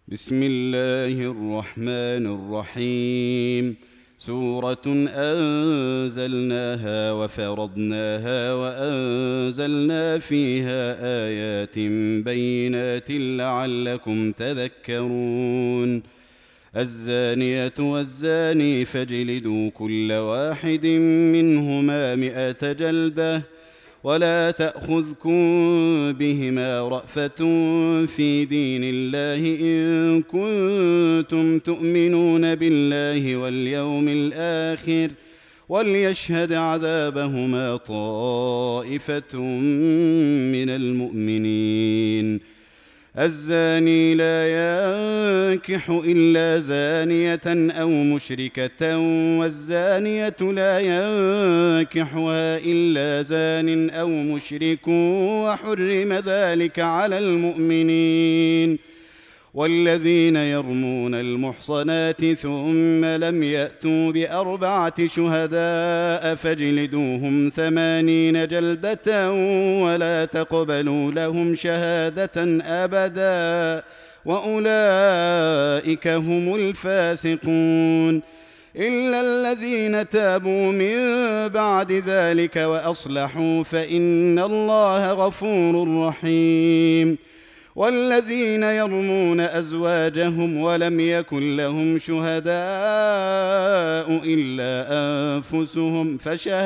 بسم الله الرحمن الرحيم. سورة أنزلناها وفرضناها وأنزلنا فيها آيات بينات لعلكم تذكرون. الزانية والزاني فاجلدوا كل واحد منهما 100 جلدة، ولا تأخذكم بهما رأفة في دين الله إن كنتم تؤمنون بالله واليوم الآخر، وليشهد عذابهما طائفة من المؤمنين. الزاني لا ينكح إلا زانية أو مشركة، والزانية لا ينكحها إلا زان أو مشرك، وحرم ذلك على المؤمنين. والذين يرمون المحصنات ثم لم يأتوا ب4 شهداء فاجلدوهم 80 جلدة، ولا تقبلوا لهم شهادة أبدا، وأولئك هم الفاسقون، إلا الذين تابوا من بعد ذلك وأصلحوا فإن الله غفور رحيم. والذين يرمون أزواجهم ولم يكن لهم شهداء إلا أنفسهم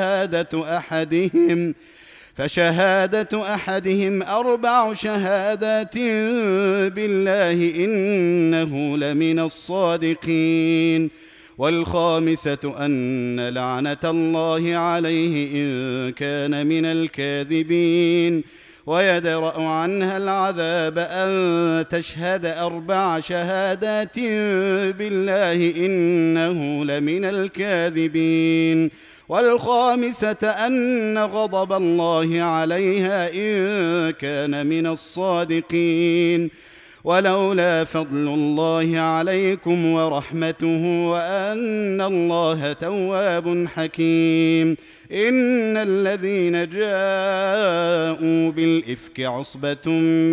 فشهادة أحدهم 4 شهادات بالله إنه لمن الصادقين. والخامسة أن لعنة الله عليه إن كان من الكاذبين، ويدرأ عنها العذاب أن تشهد 4 شهادات بالله إنه لمن الكاذبين. والخامسة أن غضب الله عليها إن كان من الصادقين. ولولا فضل الله عليكم ورحمته وأن الله تواب حكيم، إن الذين جاءوا بالإفك عصبة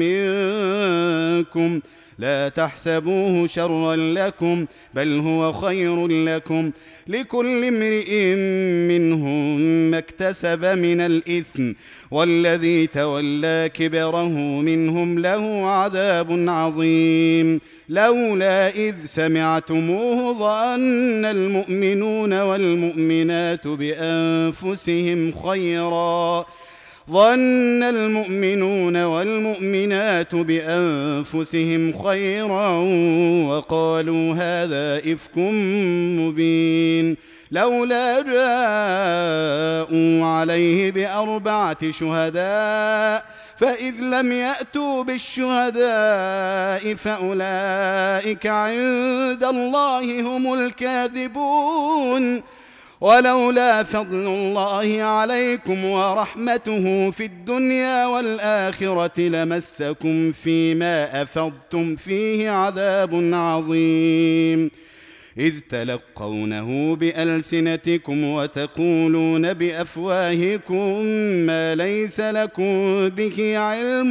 منكم لا تحسبوه شرا لكم بل هو خير لكم، لكل امرئ منهم ما اكتسب من الإثم، والذي تولى كبره منهم له عذاب عظيم. لولا إذ سمعتموه ظن المؤمنون والمؤمنات بأنفسهم خيرا وقالوا هذا إفك مبين. لولا جاءوا عليه ب4 شهداء، فإذ لم يأتوا بالشهداء فأولئك عند الله هم الكاذبون. ولولا فضل الله عليكم ورحمته في الدنيا والآخرة لمسكم فيما أفضتم فيه عذاب عظيم، إذ تلقونه بألسنتكم وتقولون بأفواهكم ما ليس لكم به علم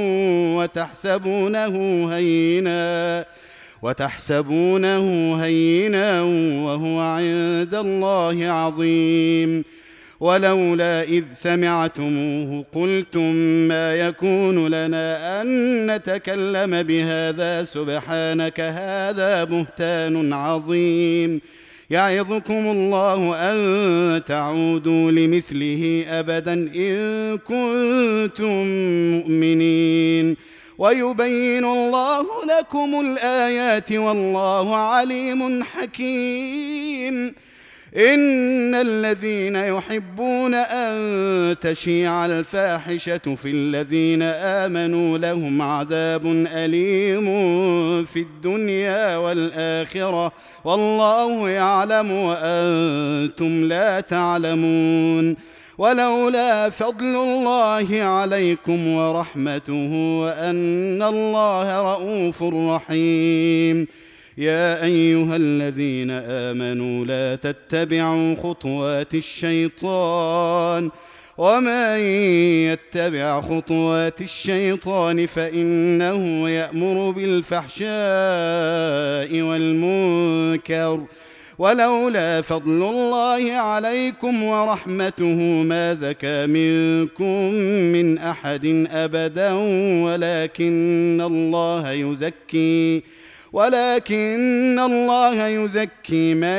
وتحسبونه هينا وهو عند الله عظيم. ولولا إذ سمعتموه قلتم ما يكون لنا أن نتكلم بهذا سبحانك هذا بهتان عظيم. يعظكم الله أن تعودوا لمثله أبدا إن كنتم مؤمنين، ويبين الله لكم الآيات والله عليم حكيم. إن الذين يحبون أن تشيع الفاحشة في الذين آمنوا لهم عذاب أليم في الدنيا والآخرة والله يعلم وأنتم لا تعلمون. ولولا فضل الله عليكم ورحمته وأن الله رءوف رحيم. يا أيها الذين آمنوا لا تتبعوا خطوات الشيطان ومن يتبع خطوات الشيطان فإنه يأمر بالفحشاء والمنكر ولولا فضل الله عليكم ورحمته ما زكى منكم من أحد أبدا ولكن الله يزكي من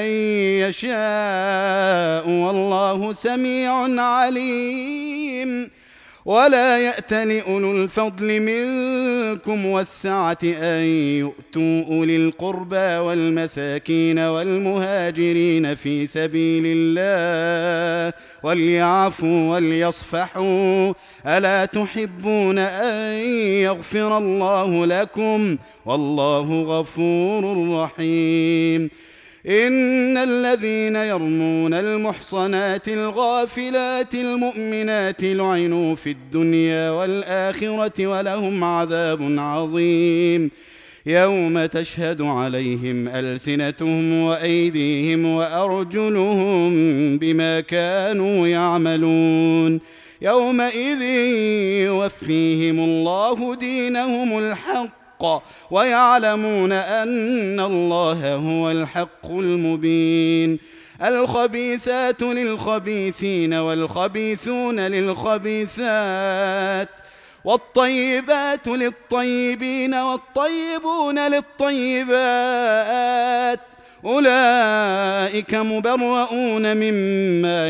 يشاء والله سميع عليم. ولا يأتل أولو الفضل منكم والسعة أن يؤتوا أولي القربى والمساكين والمهاجرين في سبيل الله وليعفوا وليصفحوا ألا تحبون أن يغفر الله لكم والله غفور رحيم. إن الذين يرمون المحصنات الغافلات المؤمنات لعنوا في الدنيا والآخرة ولهم عذاب عظيم يوم تشهد عليهم ألسنتهم وأيديهم وأرجلهم بما كانوا يعملون يومئذ يوفيهم الله دينهم الحق ويعلمون أن الله هو الحق المبين. الخبيثات للخبيثين والخبيثون للخبيثات والطيبات للطيبين والطيبون للطيبات أولئك مبرؤون مما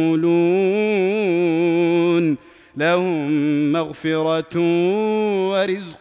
يقولون لهم مغفرة ورزق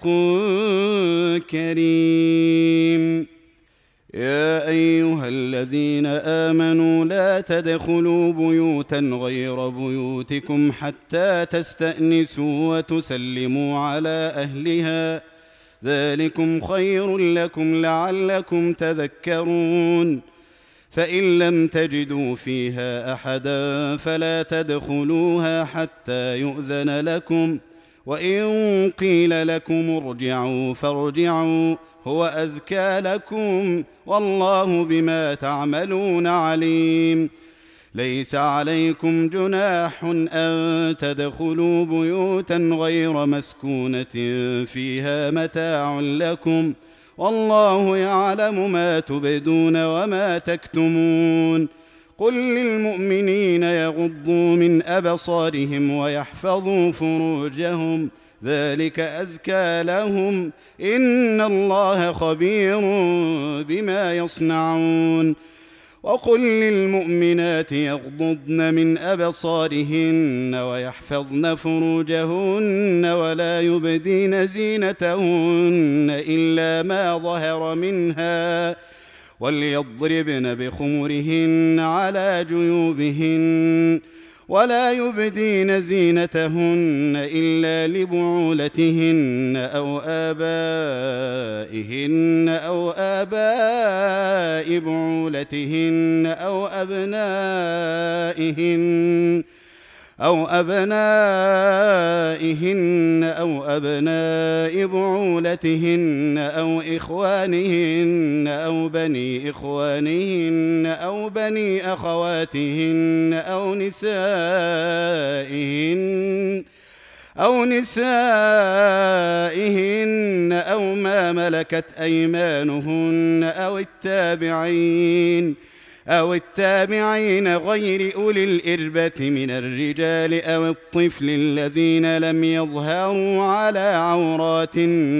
كريم. يا أيها الذين آمنوا لا تدخلوا بيوتا غير بيوتكم حتى تستأنسوا وتسلموا على أهلها ذلكم خير لكم لعلكم تذكرون. فإن لم تجدوا فيها أحدا فلا تدخلوها حتى يؤذن لكم وإن قيل لكم ارجعوا فارجعوا هو أزكى لكم والله بما تعملون عليم. ليس عليكم جناح أن تدخلوا بيوتا غير مسكونة فيها متاع لكم والله يعلم ما تبدون وما تكتمون. قل للمؤمنين يغضوا من أبصارهم ويحفظوا فروجهم ذلك أزكى لهم إن الله خبير بما يصنعون. وقل للمؤمنات يغضضن من أبصارهن ويحفظن فروجهن ولا يبدين زينتهن إلا ما ظهر منها وليضربن بخمرهن على جيوبهن ولا يبدين زينتهن إلا لبعولتهن أو آباء بعولتهن أو أبنائهن أو أبناء بعولتهن أو إخوانهن أو بني إخوانهن أو بني أخواتهن أو نسائهن أو ما ملكت أيمانهن أو التابعين غير أولي الإربة من الرجال أو الطفل الذين لم يظهروا على عورات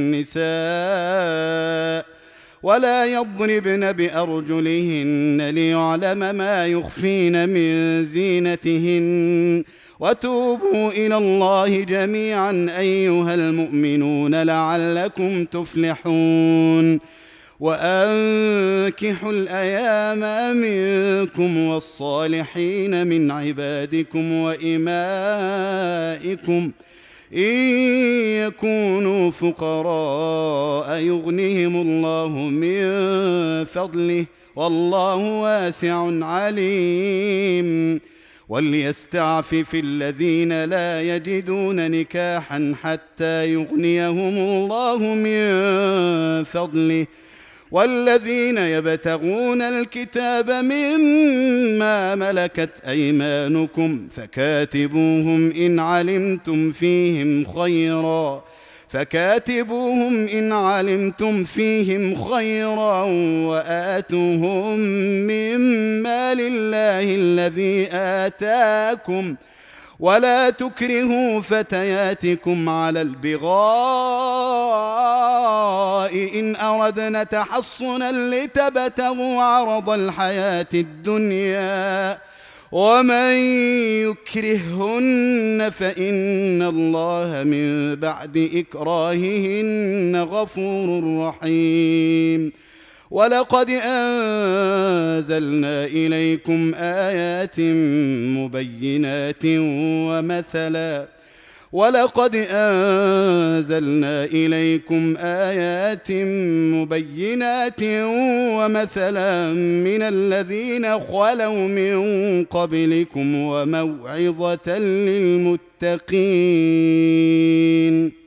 النساء ولا يضربن بأرجلهن ليعلم ما يخفين من زينتهن وتوبوا إلى الله جميعا أيها المؤمنون لعلكم تفلحون. وأنكحوا الأيام منكم والصالحين من عبادكم وإمائكم إن يكونوا فقراء يغنهم الله من فضله والله واسع عليم. وليستعفف الذين لا يجدون نكاحا حتى يغنيهم الله من فضله والذين يبتغون الكتاب مما ملكت أيمانكم فكاتبوهم إن علمتم فيهم خيرا وآتوهم مما لله الذي آتاكم ولا تكرهوا فتياتكم على البغاء إن أردنا تحصنا لتبتغوا عرض الحياة الدنيا ومن يكرههن فإن الله من بعد إكراههن غفور رحيم. ولقد أنزلنا إليكم آيات مبينات ومثلا من الذين خلوا من قبلكم وموعظة للمتقين.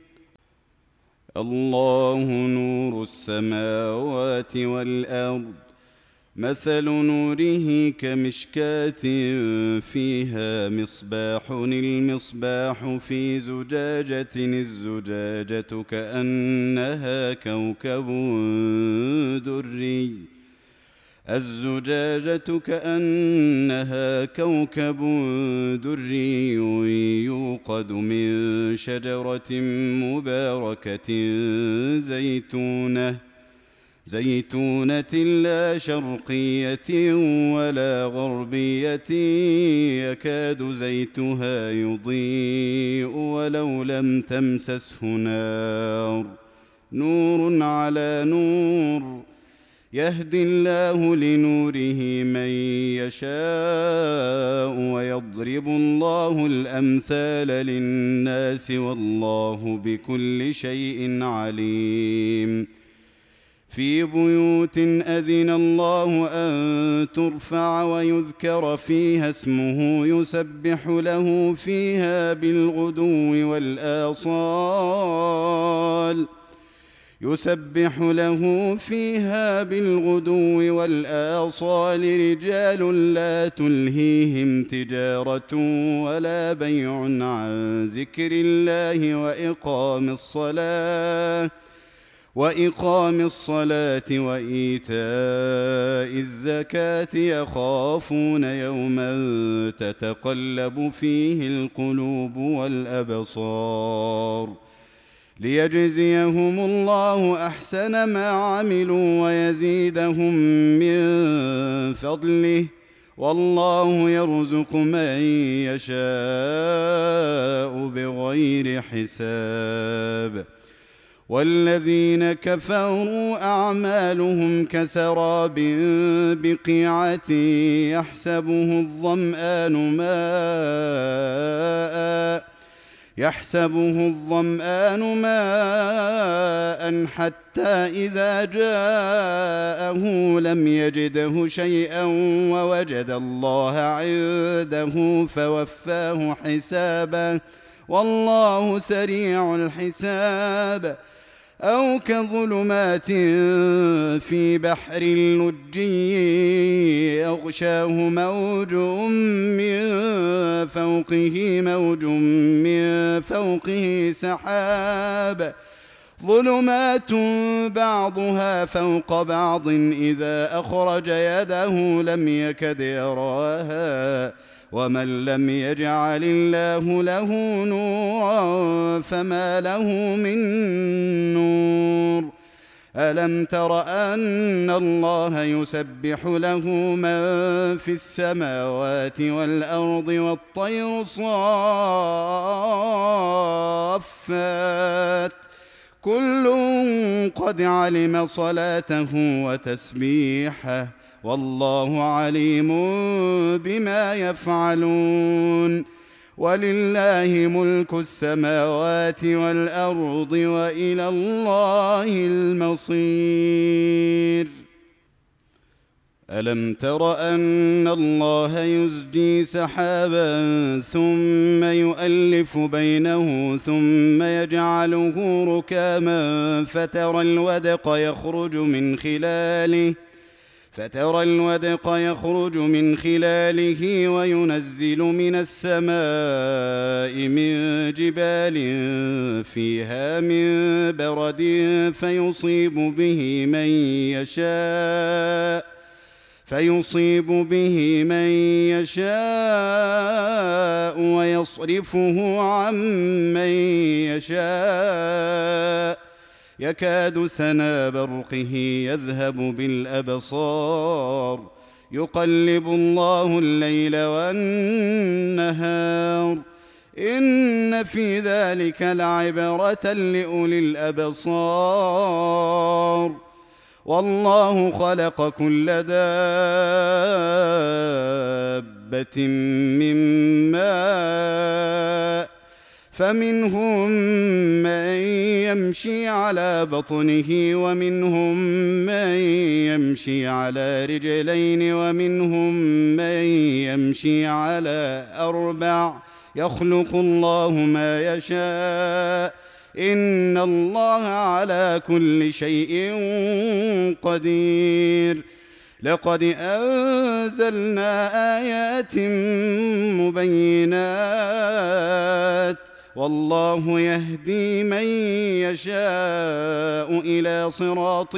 الله نور السماوات والأرض مثل نوره كمشكاة فيها مصباح المصباح في زجاجة الزجاجة كأنها كوكب دري يوقد من شجرة مباركة زيتونة لا شرقية ولا غربية يكاد زيتها يضيء ولو لم تمسسه نار نور على نور يهدي الله لنوره من يشاء ويضرب الله الأمثال للناس والله بكل شيء عليم. في بيوت أذن الله أن ترفع ويذكر فيها اسمه يسبح له فيها بالغدو والآصال رجال لا تلهيهم تجارة ولا بيع عن ذكر الله وإقام الصلاة وإيتاء الزكاة يخافون يوما تتقلب فيه القلوب والأبصار ليجزيهم الله أحسن ما عملوا ويزيدهم من فضله والله يرزق من يشاء بغير حساب. والذين كفروا أعمالهم كسراب بقيعة يحسبه الظمآن ماء حتى إذا جاءه لم يجده شيئا ووجد الله عنده فوفاه حسابه والله سريع الحساب. أو كظلمات في بحر لجي يغشاه موج من فوقه سحاب ظلمات بعضها فوق بعض إذا أخرج يده لم يكد يراها ومن لم يجعل الله له نورا فما له من نور. ألم تر أن الله يسبح له من في السماوات والأرض والطير صافات كل قد علم صلاته وتسبيحه والله عليم بما يفعلون. ولله ملك السماوات والأرض وإلى الله المصير. ألم تر أن الله يزجي سحابا ثم يؤلف بينه ثم يجعله ركاما فترى الودق يخرج من خلاله وينزل من السماء من جبال فيها من برد فيصيب به من يشاء ويصرفه عن من يشاء يكاد سنا برقه يذهب بالأبصار يقلب الله الليل والنهار إن في ذلك لعبرة لأولي الأبصار والله خلق كل دابة من ماء فمنهم من يمشي على بطنه ومنهم من يمشي على رجلين ومنهم من يمشي على 4 يخلق الله ما يشاء إن الله على كل شيء قدير لقد أنزلنا آيات مبينات والله يهدي من يشاء إلى صراط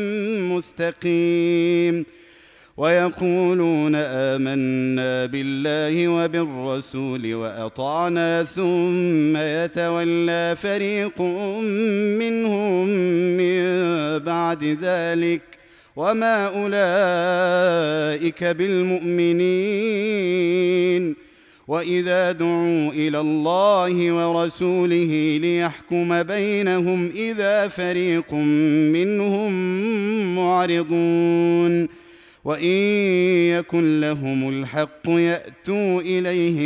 مستقيم ويقولون آمنا بالله وبالرسول وأطعنا ثم يتولى فريق منهم من بعد ذلك وما أولئك بالمؤمنين وإذا دعوا إلى الله ورسوله ليحكم بينهم إذا فريق منهم معرضون وإن يكن لهم الحق يأتوا إليه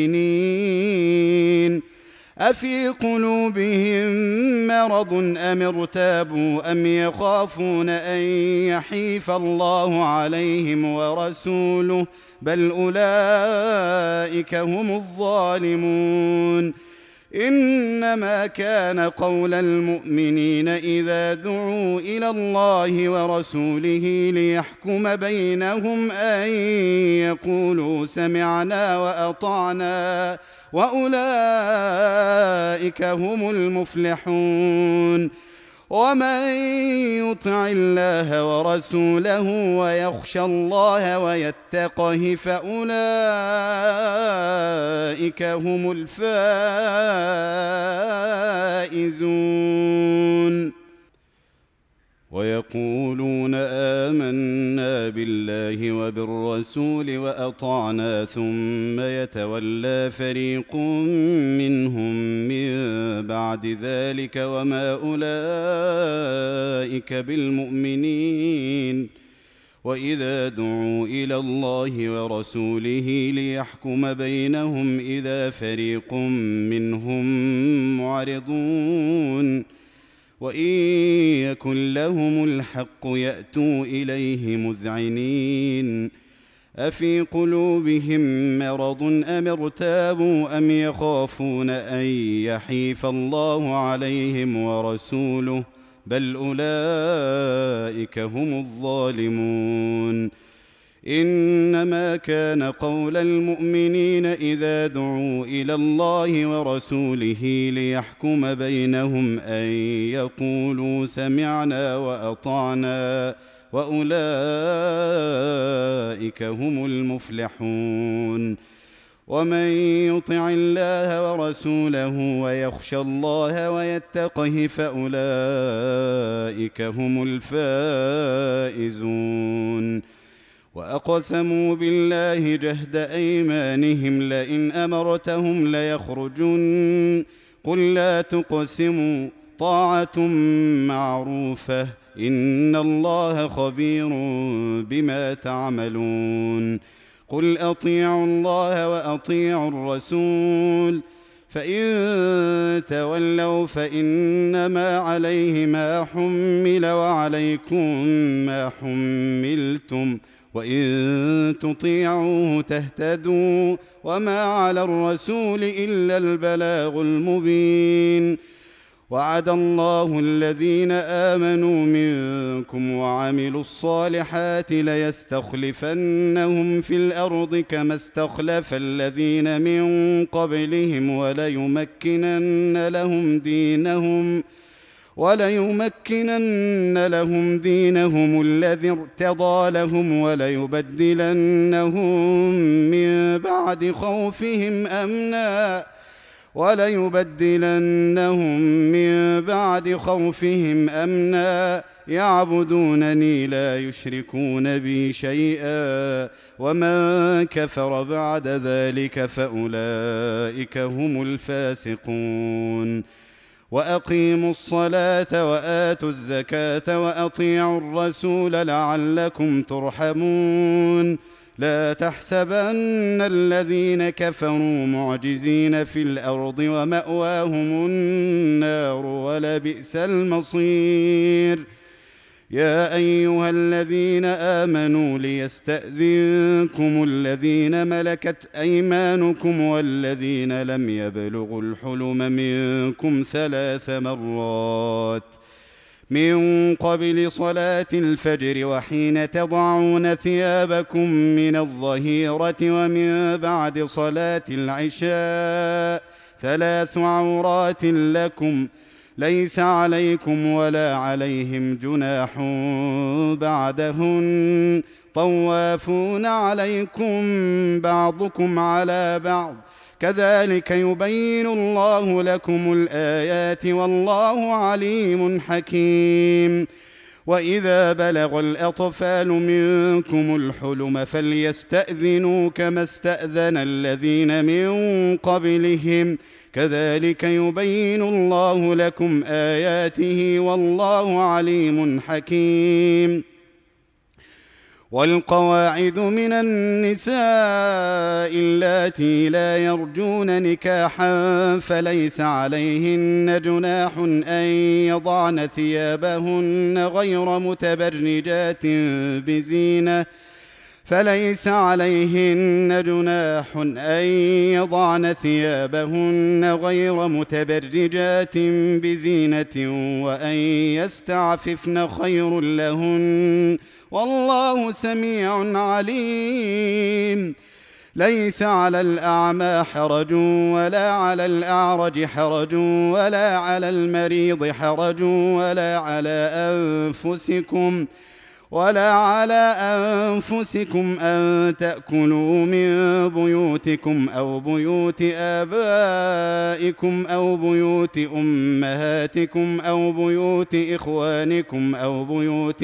مذعنين أفي قلوبهم مرض أم ارتابوا أم يخافون أن يحيف الله عليهم ورسوله بل أولئك هم الظالمون إنما كان قول المؤمنين إذا دعوا إلى الله ورسوله ليحكم بينهم أن يقولوا سمعنا وأطعنا وأولئك هم المفلحون ومن يطع الله ورسوله ويخشى الله ويتقه فأولئك هم الفائزون ويقولون آمنا بالله وبالرسول وأطعنا ثم يتولى فريق منهم من بعد ذلك وما أولئك بالمؤمنين وإذا دعوا إلى الله ورسوله ليحكم بينهم إذا فريق منهم معرضون وإن يكن لهم الحق يأتوا إليه مذعنين أفي قلوبهم مرض أم ارتابوا أم يخافون أن يحيف الله عليهم ورسوله بل أولئك هم الظالمون إنما كان قول المؤمنين إذا دعوا إلى الله ورسوله ليحكم بينهم أن يقولوا سمعنا وأطعنا وأولئك هم المفلحون ومن يطع الله ورسوله ويخشى الله ويتقه فأولئك هم الفائزون وأقسموا بالله جهد أيمانهم لئن أمرتهم ليخرجن قل لا تقسموا طاعة معروفة إن الله خبير بما تعملون قل أطيعوا الله وأطيعوا الرسول فإن تولوا فإنما عليه ما حمل وعليكم ما حملتم وإن تطيعوه تهتدوا وما على الرسول إلا البلاغ المبين وعد الله الذين آمنوا منكم وعملوا الصالحات ليستخلفنهم في الأرض كما استخلف الذين من قبلهم وليمكنن لهم دينهم الذي ارتضى لهم وليبدلنهم من بعد خوفهم أمنا يعبدونني لا يشركون بي شيئا ومن كفر بعد ذلك فأولئك هم الفاسقون وأقيموا الصلاة وآتوا الزكاة وأطيعوا الرسول لعلكم ترحمون لا تحسبن الذين كفروا معجزين في الأرض ومأواهم النار ولبئس المصير يا أيها الذين آمنوا ليستأذنكم الذين ملكت أيمانكم والذين لم يبلغوا الحلم منكم 3 مرات من قبل صلاة الفجر وحين تضعون ثيابكم من الظهيرة ومن بعد صلاة العشاء 3 عورات لكم ليس عليكم ولا عليهم جناح بعدهن طوافون عليكم بعضكم على بعض كذلك يبين الله لكم الآيات والله عليم حكيم وإذا بلغ الأطفال منكم الحلم فليستأذنوا كما استأذن الذين من قبلهم كذلك يبين الله لكم آياته والله عليم حكيم والقواعد من النساء اللاتي لا يرجون نكاحا فليس عليهن جناح أن يضعن ثيابهن غير متبرجات بزينة وأن يستعففن خير لهن والله سميع عليم ليس على الأعمى حرج ولا على الأعرج حرج ولا على المريض حرج ولا على أنفسكم أن تأكلوا من بيوتكم أو بيوت آبائكم أو بيوت أمهاتكم أو بيوت إخوانكم أو بيوت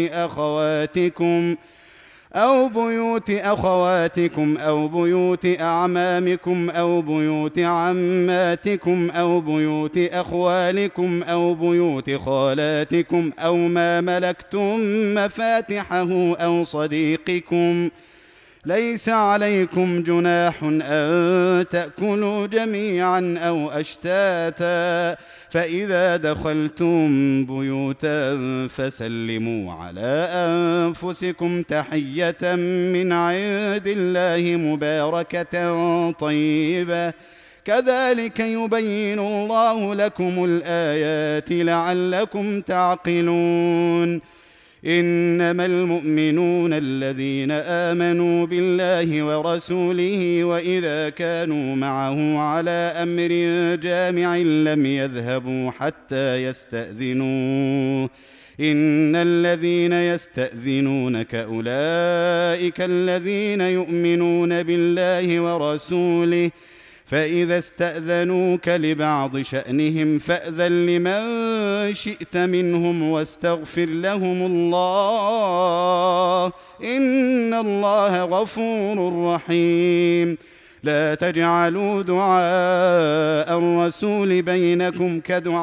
أخواتكم أو بيوت أعمامكم أو بيوت عماتكم أو بيوت أخوالكم أو بيوت خالاتكم أو ما ملكتم مفاتحه أو صديقكم ليس عليكم جناح أن تأكلوا جميعا أو أشتاتا فإذا دخلتم بيوتا فسلموا على أنفسكم تحية من عند الله مباركة طيبة كذلك يبين الله لكم الآيات لعلكم تعقلون إنما المؤمنون الذين آمنوا بالله ورسوله وإذا كانوا معه على أمر جامع لم يذهبوا حتى يستأذنوه إن الذين يستأذنونك أولئك الذين يؤمنون بالله ورسوله فإذا استأذنوك لبعض شأنهم فأذن لمن شئت منهم واستغفر لهم الله إن الله غفور رحيم لا تجعلوا دعاء الرسول بينكم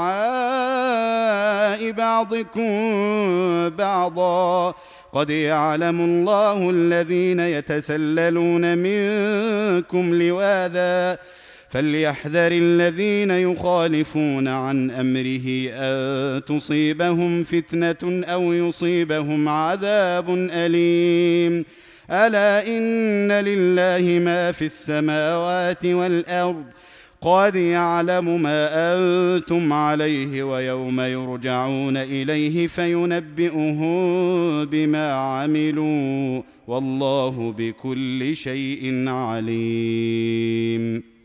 كدعاء بعضكم بعضا قد يعلم الله الذين يتسللون منكم لواذا فليحذر الذين يخالفون عن أمره أن تصيبهم فتنة أو يصيبهم عذاب أليم ألا إن لله ما في السماوات والأرض قد يعلم ما أنتم عليه ويوم يرجعون إليه فينبئهم بما عملوا والله بكل شيء عليم.